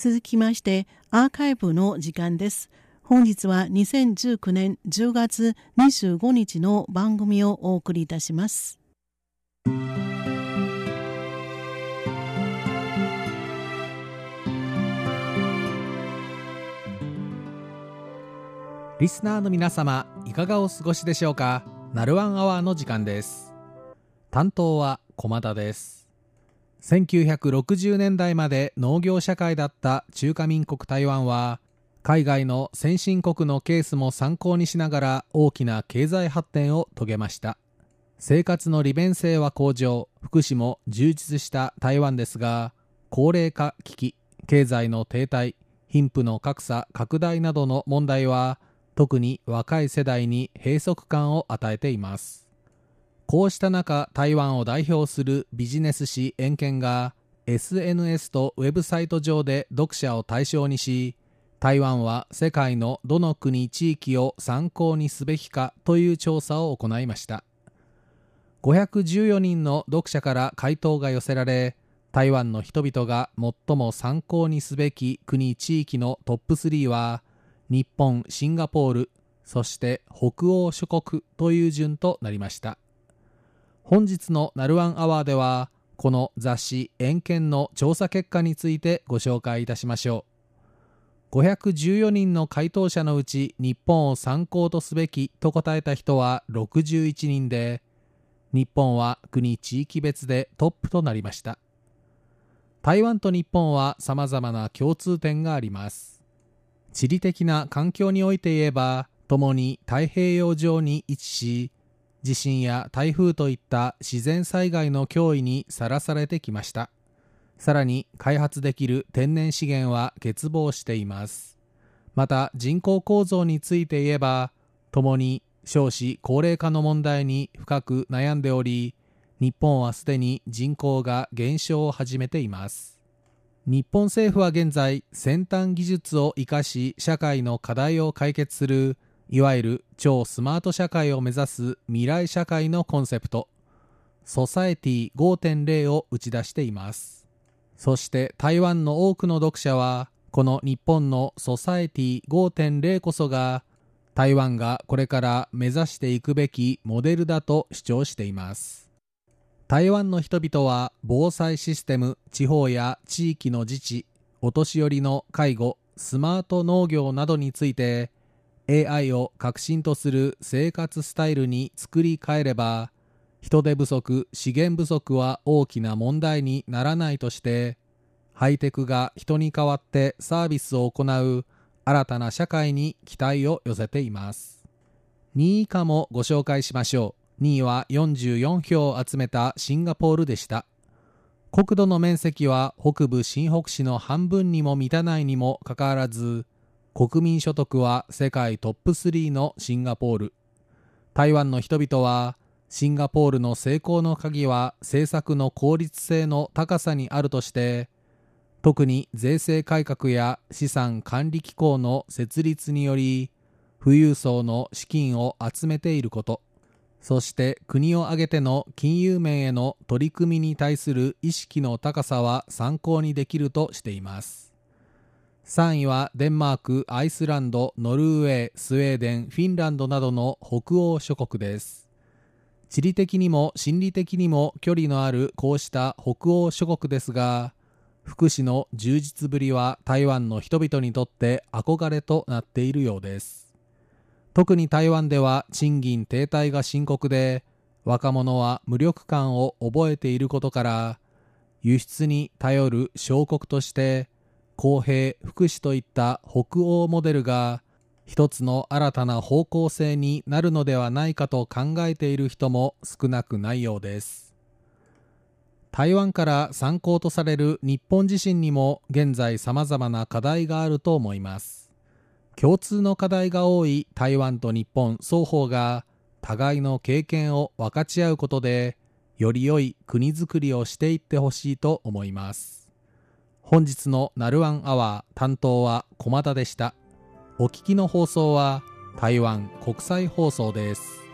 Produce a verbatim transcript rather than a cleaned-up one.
続きましてアーカイブの時間です。本日はにせんじゅうきゅうねんじゅうがつにじゅうごにちの番組をお送りいたします。 リスナーの皆様、いかがお過ごしでしょうか。ナルワンアワーの時間です。担当は駒田です。せんきゅうひゃくろくじゅうねんだいまで農業社会だった中華民国台湾は、海外の先進国のケースも参考にしながら大きな経済発展を遂げました。生活の利便性は向上、福祉も充実した台湾ですが、高齢化危機、経済の停滞、貧富の格差拡大などの問題は、特に若い世代に閉塞感を与えています。こうした中、台湾を代表するビジネス誌遠見が エスエヌエス とウェブサイト上で読者を対象にし、台湾は世界のどの国地域を参考にすべきかという調査を行いました。ごひゃくじゅうよにんの読者から回答が寄せられ、台湾の人々が最も参考にすべき国地域のトップスリーは日本、シンガポール、そして北欧諸国という順となりました。本日のナルワンアワーでは、この雑誌遠見の調査結果についてご紹介いたしましょう。ごひゃくじゅうよにんの回答者のうち、日本を参考とすべきと答えた人はろくじゅういちにんで、日本は国地域別でトップとなりました。台湾と日本は様々な共通点があります。地理的な環境において言えば、共に太平洋上に位置し、地震や台風といった自然災害の脅威にさらされてきました。さらに開発できる天然資源は欠乏しています。また人口構造について言えば、共に少子高齢化の問題に深く悩んでおり、日本はすでに人口が減少を始めています。日本政府は現在、先端技術を生かし社会の課題を解決する、いわゆる超スマート社会を目指す未来社会のコンセプト、ソサエティ ごてんゼロ を打ち出しています。そして台湾の多くの読者は、この日本のソサエティ ごてんゼロ こそが、台湾がこれから目指していくべきモデルだと主張しています。台湾の人々は防災システム、地方や地域の自治、お年寄りの介護、スマート農業などについて エーアイ を核心とする生活スタイルに作り変えれば、人手不足、資源不足は大きな問題にならないとして、ハイテクが人に代わってサービスを行う新たな社会に期待を寄せています。にい以下もご紹介しましょう。にいはよんじゅうよんひょうを集めたシンガポールでした。国土の面積は北部新北市の半分にも満たないにもかかわらず、国民所得は世界トップスリーのシンガポール。台湾の人々は、シンガポールの成功の鍵は政策の効率性の高さにあるとして、特に税制改革や資産管理機構の設立により、富裕層の資金を集めていること、そして国を挙げての金融面への取り組みに対する意識の高さは参考にできるとしています。さんいはデンマーク、アイスランド、ノルウェー、スウェーデン、フィンランドなどの北欧諸国です。地理的にも心理的にも距離のあるこうした北欧諸国ですが、福祉の充実ぶりは台湾の人々にとって憧れとなっているようです。特に台湾では賃金停滞が深刻で、若者は無力感を覚えていることから、輸出に頼る小国として公平・福祉といった北欧モデルが一つの新たな方向性になるのではないかと考えている人も少なくないようです。台湾から参考とされる日本自身にも現在様々な課題があると思います。共通の課題が多い台湾と日本双方が互いの経験を分かち合うことで、より良い国づくりをしていってほしいと思います。本日のナルワンアワー担当は駒田でした。お聞きの放送は台湾国際放送です。